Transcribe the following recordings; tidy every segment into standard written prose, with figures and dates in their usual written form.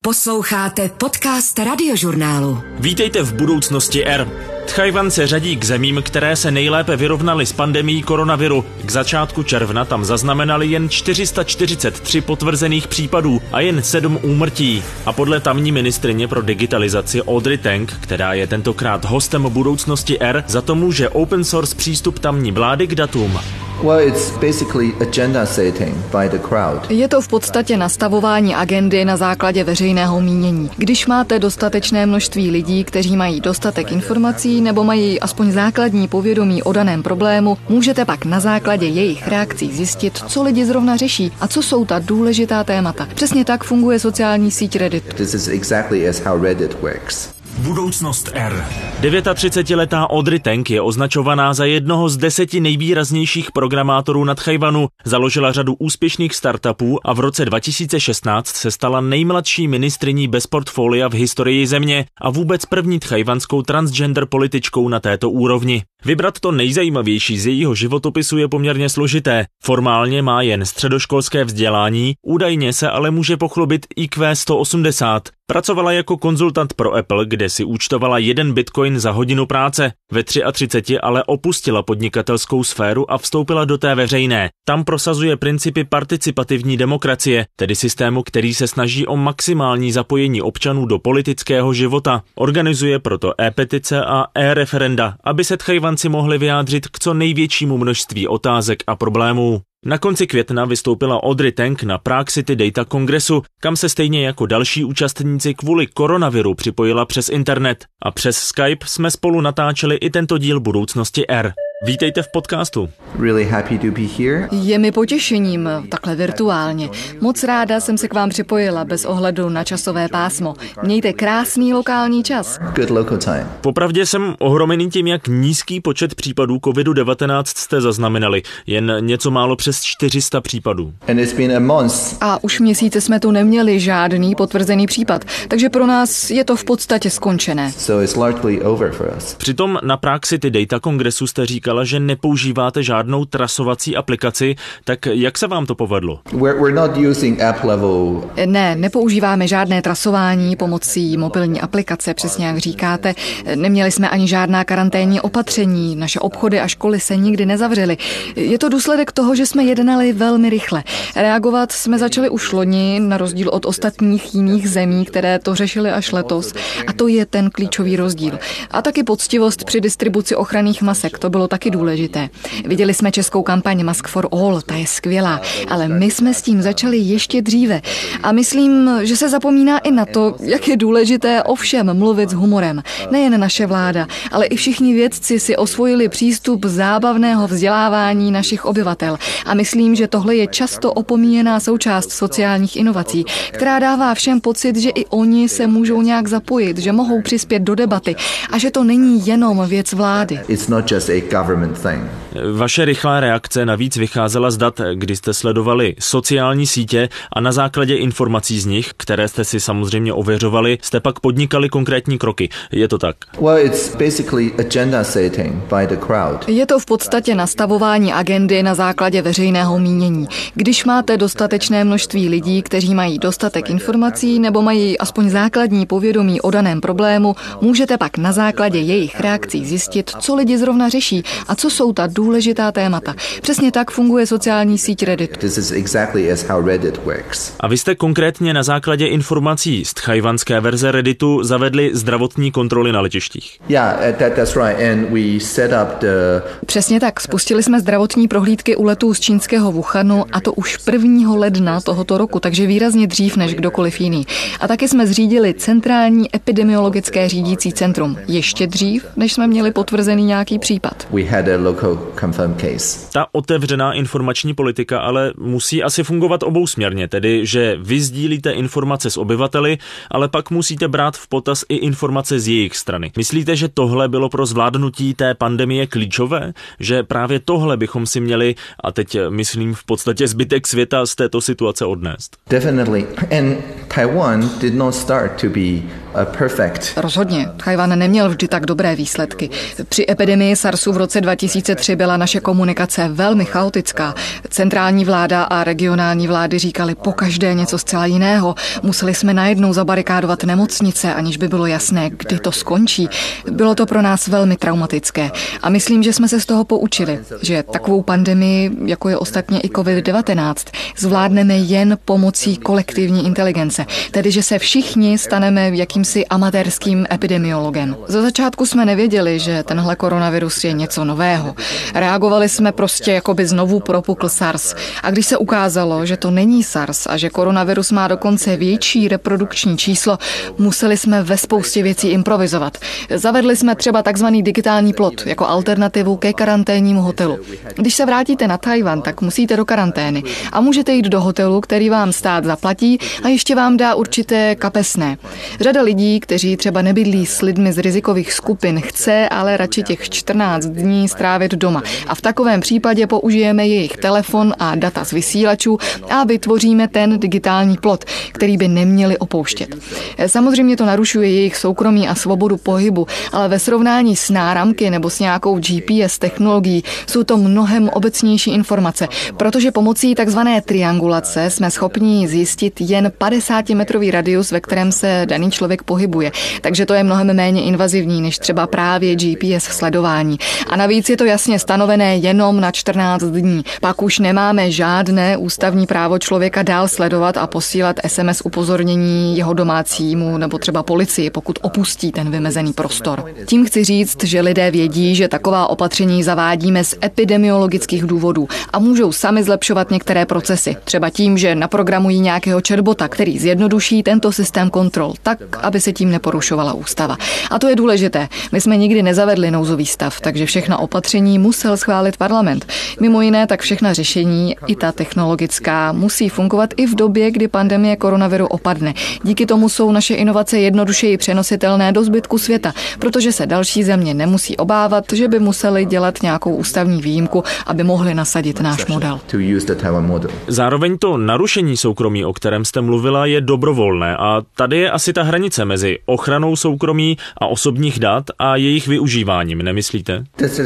Posloucháte podcast Radiožurnálu. Vítejte v budoucnosti R. Tchaj-wan se řadí k zemím, které se nejlépe vyrovnaly s pandemií koronaviru. K začátku června tam zaznamenali jen 443 potvrzených případů a jen 7 úmrtí. A podle tamní ministryně pro digitalizaci Audrey Tang, která je tentokrát hostem budoucnosti R, za to může open source přístup tamní vlády k datům. Je to v podstatě nastavování agendy na základě veřejného mínění. Když máte dostatečné množství lidí, kteří mají dostatek informací nebo mají aspoň základní povědomí o daném problému, můžete pak na základě jejich reakcí zjistit, co lidi zrovna řeší a co jsou ta důležitá témata. Přesně tak funguje sociální síť Reddit. Budoucnost R. 39letá Audrey Tang je označovaná za jednoho z 10 nejvýraznějších programátorů na Tchaj-wanu. Založila řadu úspěšných startupů a v roce 2016 se stala nejmladší ministryní bez portfolia v historii země a vůbec první tchajwanskou transgender političkou na této úrovni. Vybrat to nejzajímavější z jejího životopisu je poměrně složité. Formálně má jen středoškolské vzdělání, údajně se ale může pochlubit IQ 180. Pracovala jako konzultant pro Apple, kde si účtovala 1 bitcoin za hodinu práce. Ve 33 ale opustila podnikatelskou sféru a vstoupila do té veřejné. Tam prosazuje principy participativní demokracie, tedy systému, který se snaží o maximální zapojení občanů do politického života. Organizuje proto e-petice a e-referenda, aby se Tchaj-wanci mohli vyjádřit k co největšímu množství otázek a problémů. Na konci května vystoupila Audrey Tang na Prague City Data Kongresu, kam se stejně jako další účastníci kvůli koronaviru připojila přes internet. A přes Skype jsme spolu natáčeli i tento díl budoucnosti R. Vítejte v podcastu. Je mi potěšením, takhle virtuálně. Moc ráda jsem se k vám připojila bez ohledu na časové pásmo. Mějte krásný lokální čas. Popravdě jsem ohromený tím, jak nízký počet případů COVID-19 jste zaznamenali. Jen něco málo přes 400 případů. A už měsíce jsme tu neměli žádný potvrzený případ, takže pro nás je to v podstatě skončené. Přitom na Prague City Data Kongresu jste říkala, že nepoužíváte žádnou trasovací aplikaci, tak jak se vám to povedlo? Ne, nepoužíváme žádné trasování pomocí mobilní aplikace, přesně jak říkáte. Neměli jsme ani žádná karanténní opatření, naše obchody a školy se nikdy nezavřely. Je to důsledek toho, že jsme jednali velmi rychle. Reagovat jsme začali už loni, na rozdíl od ostatních jiných zemí, které to řešily až letos. A to je ten klíčový rozdíl. A taky poctivost při distribuci ochranných masek, to bylo taky důležité. Viděli jsme českou kampaň Mask for All, ta je skvělá, ale my jsme s tím začali ještě dříve. A myslím, že se zapomíná i na to, jak je důležité o všem mluvit s humorem. Nejen naše vláda, ale i všichni vědci si osvojili přístup zábavného vzdělávání našich obyvatel. A myslím, že tohle je často opomíjená součást sociálních inovací, která dává všem pocit, že i oni se můžou nějak zapojit, že mohou přispět do debaty a že to není jenom věc vlády. Vaše rychlá reakce navíc vycházela z dat, kdy jste sledovali sociální sítě a na základě informací z nich, které jste si samozřejmě ověřovali, jste pak podnikali konkrétní kroky. Je to tak? Je to v podstatě nastavování agendy na základě veřejného mínění. Když máte dostatečné množství lidí, kteří mají dostatek informací nebo mají aspoň základní povědomí o daném problému, můžete pak na základě jejich reakcí zjistit, co lidi zrovna řeší a co jsou ta důležitá témata. Přesně tak funguje sociální síť Reddit. A vy jste konkrétně na základě informací z tchajwanské verze Redditu zavedli zdravotní kontroly na letištích. Přesně tak, spustili jsme zdravotní prohlídky u letů z čínského Wuhanu a to už 1. ledna tohoto roku, takže výrazně dřív než kdokoliv jiný. A taky jsme zřídili centrální epidemiologické řídící centrum. Ještě dřív, než jsme měli potvrzený nějaký případ. Ta otevřená informační politika ale musí asi fungovat obousměrně, tedy že vy sdílíte informace s obyvateli, ale pak musíte brát v potaz i informace z jejich strany. Myslíte, že tohle bylo pro zvládnutí té pandemie klíčové? Že právě tohle bychom si měli, a teď myslím v podstatě zbytek světa, z této situace odnést? Definitely. And Taiwan did not start to be Rozhodně. Tchaj-wan neměl vždy tak dobré výsledky. Při epidemii SARSu v roce 2003 byla naše komunikace velmi chaotická. Centrální vláda a regionální vlády říkali pokaždé něco zcela jiného. Museli jsme najednou zabarikádovat nemocnice, aniž by bylo jasné, kdy to skončí. Bylo to pro nás velmi traumatické. A myslím, že jsme se z toho poučili, že takovou pandemii, jako je ostatně i COVID-19, zvládneme jen pomocí kolektivní inteligence. Tedy, že se všichni staneme jakýmsi amatérským epidemiologem. Za začátku jsme nevěděli, že tenhle koronavirus je něco nového. Reagovali jsme prostě, jako by znovu propukl SARS. A když se ukázalo, že to není SARS a že koronavirus má dokonce větší reprodukční číslo, museli jsme ve spoustě věcí improvizovat. Zavedli jsme třeba takzvaný digitální plot jako alternativu ke karanténnímu hotelu. Když se vrátíte na Tchaj-wan, tak musíte do karantény a můžete jít do hotelu, který vám stát zaplatí a ještě vám dá určité kapesné. Řada lidí, kteří třeba nebydlí s lidmi z rizikových skupin, chce ale radši těch 14 dní strávit doma. A v takovém případě použijeme jejich telefon a data z vysílačů a vytvoříme ten digitální plot, který by neměli opouštět. Samozřejmě to narušuje jejich soukromí a svobodu pohybu, ale ve srovnání s náramky nebo s nějakou GPS technologií jsou to mnohem obecnější informace, protože pomocí takzvané triangulace jsme schopni zjistit jen 50-metrový radius, ve kterém se daný člověk pohybuje. Takže to je mnohem méně invazivní než třeba právě GPS sledování. A navíc je to jasně stanovené jenom na 14 dní. Pak už nemáme žádné ústavní právo člověka dál sledovat a posílat SMS upozornění jeho domácímu nebo třeba policii, pokud opustí ten vymezený prostor. Tím chci říct, že lidé vědí, že taková opatření zavádíme z epidemiologických důvodů a můžou sami zlepšovat některé procesy. Třeba tím, že naprogramují nějakého chatbota, který zjednoduší tento systém kontrol tak, aby se tím neporušovala ústava. A to je důležité. My jsme nikdy nezavedli nouzový stav, takže všechna opatření musel schválit parlament. Mimo jiné, tak všechna řešení, i ta technologická, musí fungovat i v době, kdy pandemie koronaviru opadne. Díky tomu jsou naše inovace jednodušeji přenositelné do zbytku světa, protože se další země nemusí obávat, že by museli dělat nějakou ústavní výjimku, aby mohli nasadit náš model. Zároveň to narušení soukromí, o kterém jste mluvila, je dobrovolné a tady je asi ta hranice mezi ochranou soukromí a osobních dat a jejich využíváním, nemyslíte?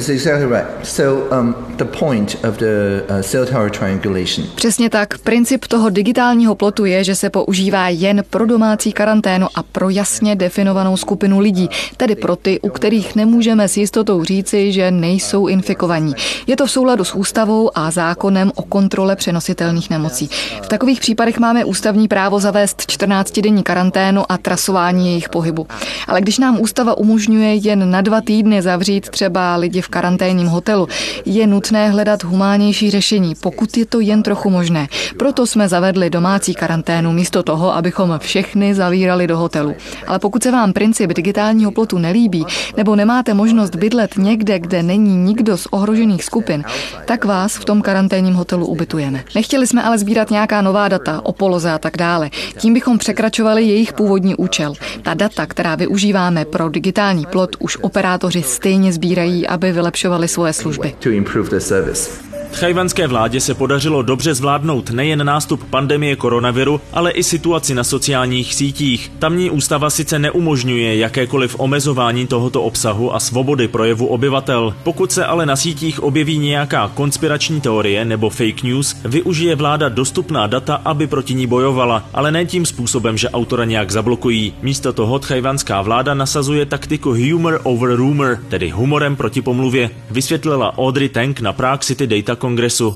Přesně tak. Princip toho digitálního plotu je, že se používá jen pro domácí karanténu a pro jasně definovanou skupinu lidí, tedy pro ty, u kterých nemůžeme s jistotou říci, že nejsou infikovaní. Je to v souladu s ústavou a zákonem o kontrole přenositelných nemocí. V takových případech máme ústavní právo zavést 14denní karanténu a trasování jejich pohybu. Ale když nám ústava umožňuje jen na 2 týdny zavřít třeba lidi v karanténním hotelu, je nutné hledat humánnější řešení, pokud je to jen trochu možné. Proto jsme zavedli domácí karanténu místo toho, abychom všechny zavírali do hotelu. Ale pokud se vám princip digitálního plotu nelíbí, nebo nemáte možnost bydlet někde, kde není nikdo z ohrožených skupin, tak vás v tom karanténním hotelu ubytujeme. Nechtěli jsme ale sbírat nějaká nová data o poloze a tak dále. Tím bychom překračovali jejich původní účel. Ta data, která využíváme pro digitální plot, už operátoři stejně sbírají, aby vylepšovali svoje služby. Tchaj-wanské vládě se podařilo dobře zvládnout nejen nástup pandemie koronaviru, ale i situaci na sociálních sítích. Tamní ústava sice neumožňuje jakékoliv omezování tohoto obsahu a svobody projevu obyvatel. Pokud se ale na sítích objeví nějaká konspirační teorie nebo fake news, využije vláda dostupná data, aby proti ní bojovala, ale ne tím způsobem, že autora nějak zablokují. Místo toho tchaj-wanská vláda nasazuje taktiku humor over rumor, tedy humorem proti pomluvě, vysvětlila Audrey Tang na Prague City Data kongresu.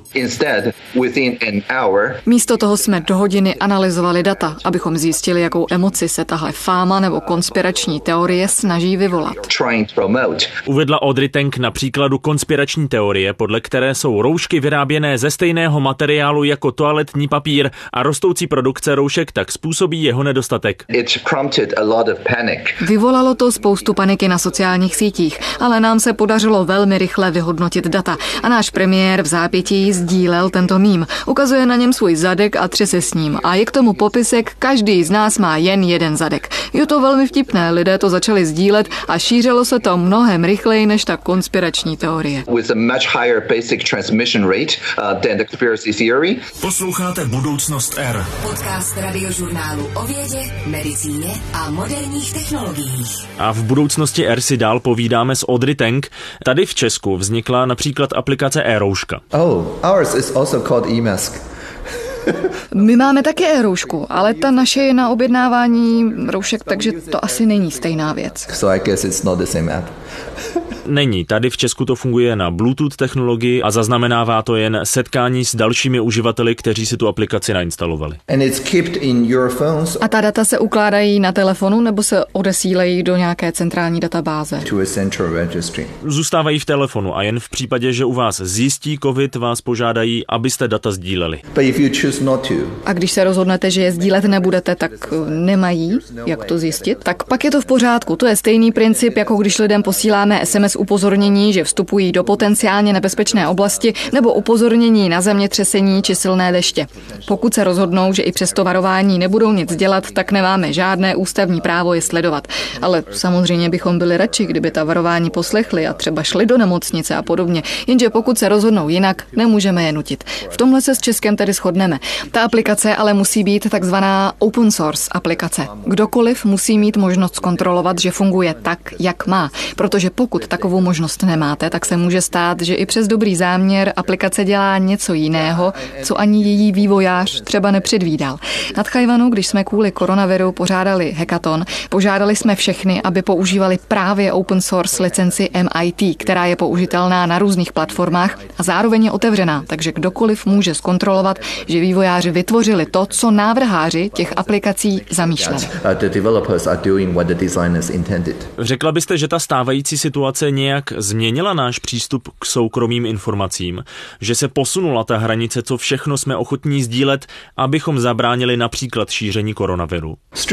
Místo toho jsme do hodiny analyzovali data, abychom zjistili, jakou emoci se tahle fáma nebo konspirační teorie snaží vyvolat. Uvedla Audrey Tang na příkladu konspirační teorie, podle které jsou roušky vyráběné ze stejného materiálu jako toaletní papír a rostoucí produkce roušek tak způsobí jeho nedostatek. Vyvolalo to spoustu paniky na sociálních sítích, ale nám se podařilo velmi rychle vyhodnotit data a náš premiér v vzápětí sdílel tento mím. Ukazuje na něm svůj zadek a třese s ním. A je k tomu popisek, každý z nás má jen jeden zadek. Je to velmi vtipné, lidé to začali sdílet a šířilo se to mnohem rychleji než ta konspirační teorie. Posloucháte Budoucnost R. Podcast Radiožurnálu o vědě, medicíně a moderních technologiích. A v Budoucnosti R si dál povídáme s Audrey Tang. Tady v Česku vznikla například aplikace e-rouška. Ours is also called e-mask. My máme také e-roušku, ale ta naše je na objednávání roušek, takže to asi není stejná věc. So I guess it's not the same app. Není. Tady v Česku to funguje na Bluetooth technologii a zaznamenává to jen setkání s dalšími uživateli, kteří si tu aplikaci nainstalovali. And it's kept in your phones. A ta data se ukládají na telefonu nebo se odesílají do nějaké centrální databáze? To a central registry. Zůstávají v telefonu a jen v případě, že u vás zjistí COVID, vás požádají, abyste data sdíleli. But if you choose not to. A když se rozhodnete, že je sdílet nebudete, tak nemají, jak to zjistit? Tak pak je to v pořádku. To je stejný princip, jako když lidem posíláme SMS upozornění, že vstupují do potenciálně nebezpečné oblasti, nebo upozornění na zemětřesení či silné deště. Pokud se rozhodnou, že i přes to varování nebudou nic dělat, tak nemáme žádné ústavní právo je sledovat. Ale samozřejmě bychom byli radši, kdyby ta varování poslechli a třeba šli do nemocnice a podobně. Jenže pokud se rozhodnou jinak, nemůžeme je nutit. V tomhle se s Českem tedy shodneme. Ta aplikace ale musí být takzvaná open source aplikace. Kdokoliv musí mít možnost zkontrolovat, že funguje tak, jak má. Protože pokud takovou možnost nemáte, tak se může stát, že i přes dobrý záměr aplikace dělá něco jiného, co ani její vývojář třeba nepředvídal. Na Tchaj-wanu, když jsme kvůli koronaviru pořádali hackathon, požádali jsme všechny, aby používali právě open source licenci MIT, která je použitelná na různých platformách a zároveň je otevřená, takže kdokoliv může zkontrolovat, že vývojáři vytvořili to, co návrháři těch aplikací zamýšleli. Řekla byste, že ta stávající situace nějak změnila náš přístup k soukromým informacím, že se posunula ta hranice, co všechno jsme ochotní sdílet, abychom zabránili například šíření koronaviru?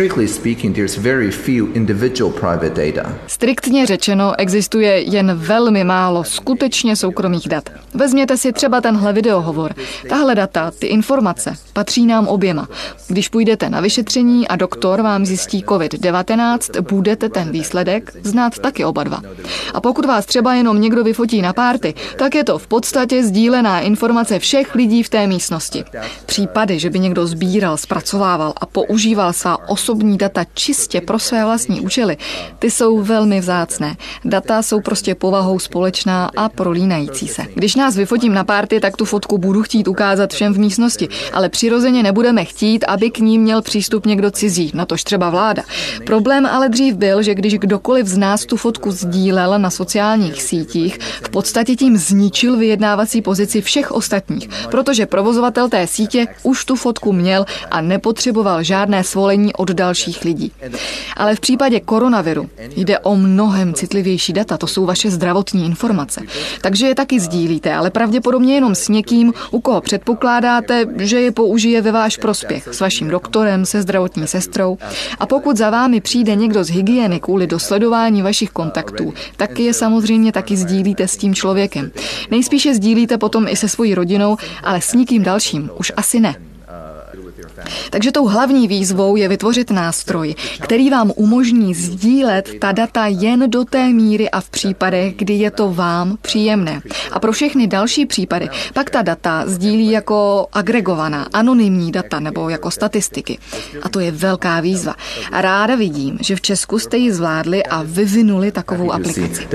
Striktně řečeno existuje jen velmi málo skutečně soukromých dat. Vezměte si třeba tenhle videohovor. Tahle data, ty informace, patří nám oběma. Když půjdete na vyšetření a doktor vám zjistí COVID-19, budete ten výsledek znát taky oba dva. A pokud vás třeba jenom někdo vyfotí na párty, tak je to v podstatě sdílená informace všech lidí v té místnosti. Případy, že by někdo sbíral, zpracovával a používal svá osobní data čistě pro své vlastní účely, ty jsou velmi vzácné. Data jsou prostě povahou společná a prolínající se. Když nás vyfotím na párty, tak tu fotku budu chtít ukázat všem v místnosti, ale přirozeně nebudeme chtít, aby k ní měl přístup někdo cizí, natož třeba vláda. Problém ale dřív byl, že když kdokoliv z nás tu fotku sdílel na sociálních sítích, v podstatě tím zničil vyjednávací pozici všech ostatních, protože provozovatel té sítě už tu fotku měl a nepotřeboval žádné svolení od dalších lidí. Ale v případě koronaviru jde o mnohem citlivější data, to jsou vaše zdravotní informace. Takže je taky sdílíte, ale pravděpodobně jenom s někým, u koho předpokládáte, že je použije ve váš prospěch, s vaším doktorem, se zdravotní sestrou. A pokud za vámi přijde někdo z hygieny kvůli dosledování vašich kontaktů, tak je samozřejmě taky sdílíte s tím člověkem. Nejspíše sdílíte potom i se svojí rodinou, ale s nikým dalším už asi ne. Takže tou hlavní výzvou je vytvořit nástroj, který vám umožní sdílet ta data jen do té míry a v případech, kdy je to vám příjemné. A pro všechny další případy pak ta data sdílí jako agregovaná, anonymní data nebo jako statistiky. A to je velká výzva. A ráda vidím, že v Česku jste ji zvládli a vyvinuli takovou aplikaci.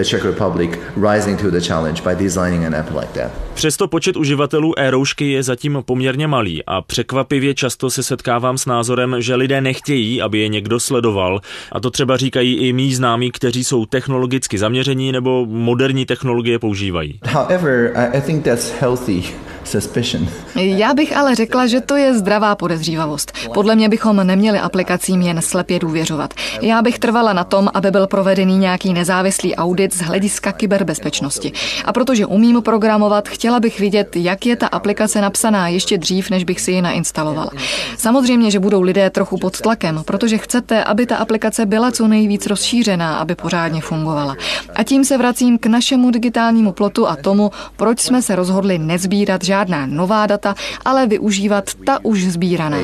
Přesto počet uživatelů e-roušky je zatím poměrně malý a překvapivě často se setkávám s názorem, že lidé nechtějí, aby je někdo sledoval, a to třeba říkají i mí známí, kteří jsou technologicky zaměření nebo moderní technologie používají. However, I think that's healthy. suspicion. Já bych ale řekla, že to je zdravá podezřívavost. Podle mě bychom neměli aplikacím jen slepě důvěřovat. Já bych trvala na tom, aby byl provedený nějaký nezávislý audit z hlediska kyberbezpečnosti. A protože umím programovat, chtěla bych vidět, jak je ta aplikace napsaná ještě dřív, než bych si ji nainstalovala. Samozřejmě, že budou lidé trochu pod tlakem, protože chcete, aby ta aplikace byla co nejvíc rozšířená, aby pořádně fungovala. A tím se vracím k našemu digitálnímu plotu a tomu, proč jsme se rozhodli nezbírat žádná nová data, ale využívat ta už sbíraná.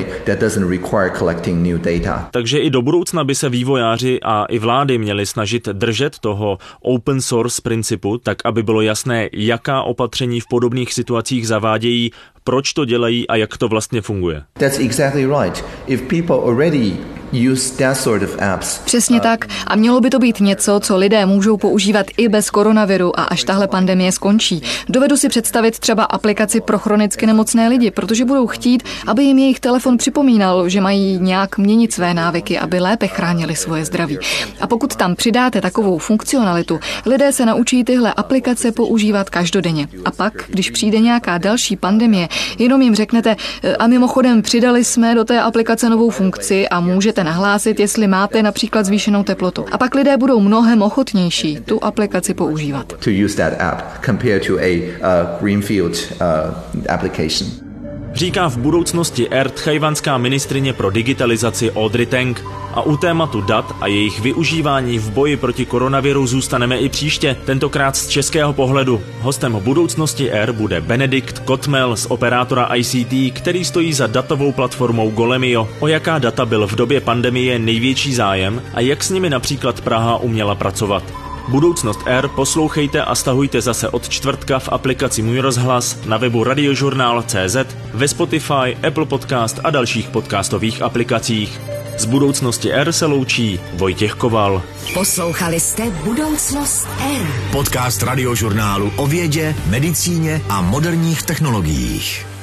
Takže i do budoucna by se vývojáři a i vlády měli snažit držet toho open source principu, tak aby bylo jasné, jaká opatření v podobných situacích zavádějí, proč to dělají a jak to vlastně funguje. That's exactly right. If people already use that sort of apps. Přesně tak. A mělo by to být něco, co lidé můžou používat i bez koronaviru a až tahle pandemie skončí. Dovedu si představit třeba aplikaci pro chronicky nemocné lidi, protože budou chtít, aby jim jejich telefon připomínal, že mají nějak měnit své návyky, aby lépe chránili svoje zdraví. A pokud tam přidáte takovou funkcionalitu, lidé se naučí tyhle aplikace používat každodenně. A pak, když přijde nějaká další pandemie, jenom jim řeknete, a mimochodem přidali jsme do té aplikace novou funkci a můžete nahlásit, jestli máte například zvýšenou teplotu. A pak lidé budou mnohem ochotnější tu aplikaci používat. To use that app compared to a greenfield application. Říká v budoucnosti tchajwanská ministryně pro digitalizaci Audrey Tang. A u tématu dat a jejich využívání v boji proti koronaviru zůstaneme i příště, tentokrát z českého pohledu. Hostem budoucnosti bude Benedikt Kotmel z operátora ICT, který stojí za datovou platformou Golemio. O jaká data byl v době pandemie největší zájem a jak s nimi například Praha uměla pracovat. Budoucnost poslouchejte a stahujte zase od čtvrtka v aplikaci Můj rozhlas, na webu radiožurnál.cz, ve Spotify, Apple Podcast a dalších podcastových aplikacích. Z Budoucnosti se loučí Vojtěch Koval. Poslouchali jste Budoucnost Podcast radiožurnálu o vědě, medicíně a moderních technologiích.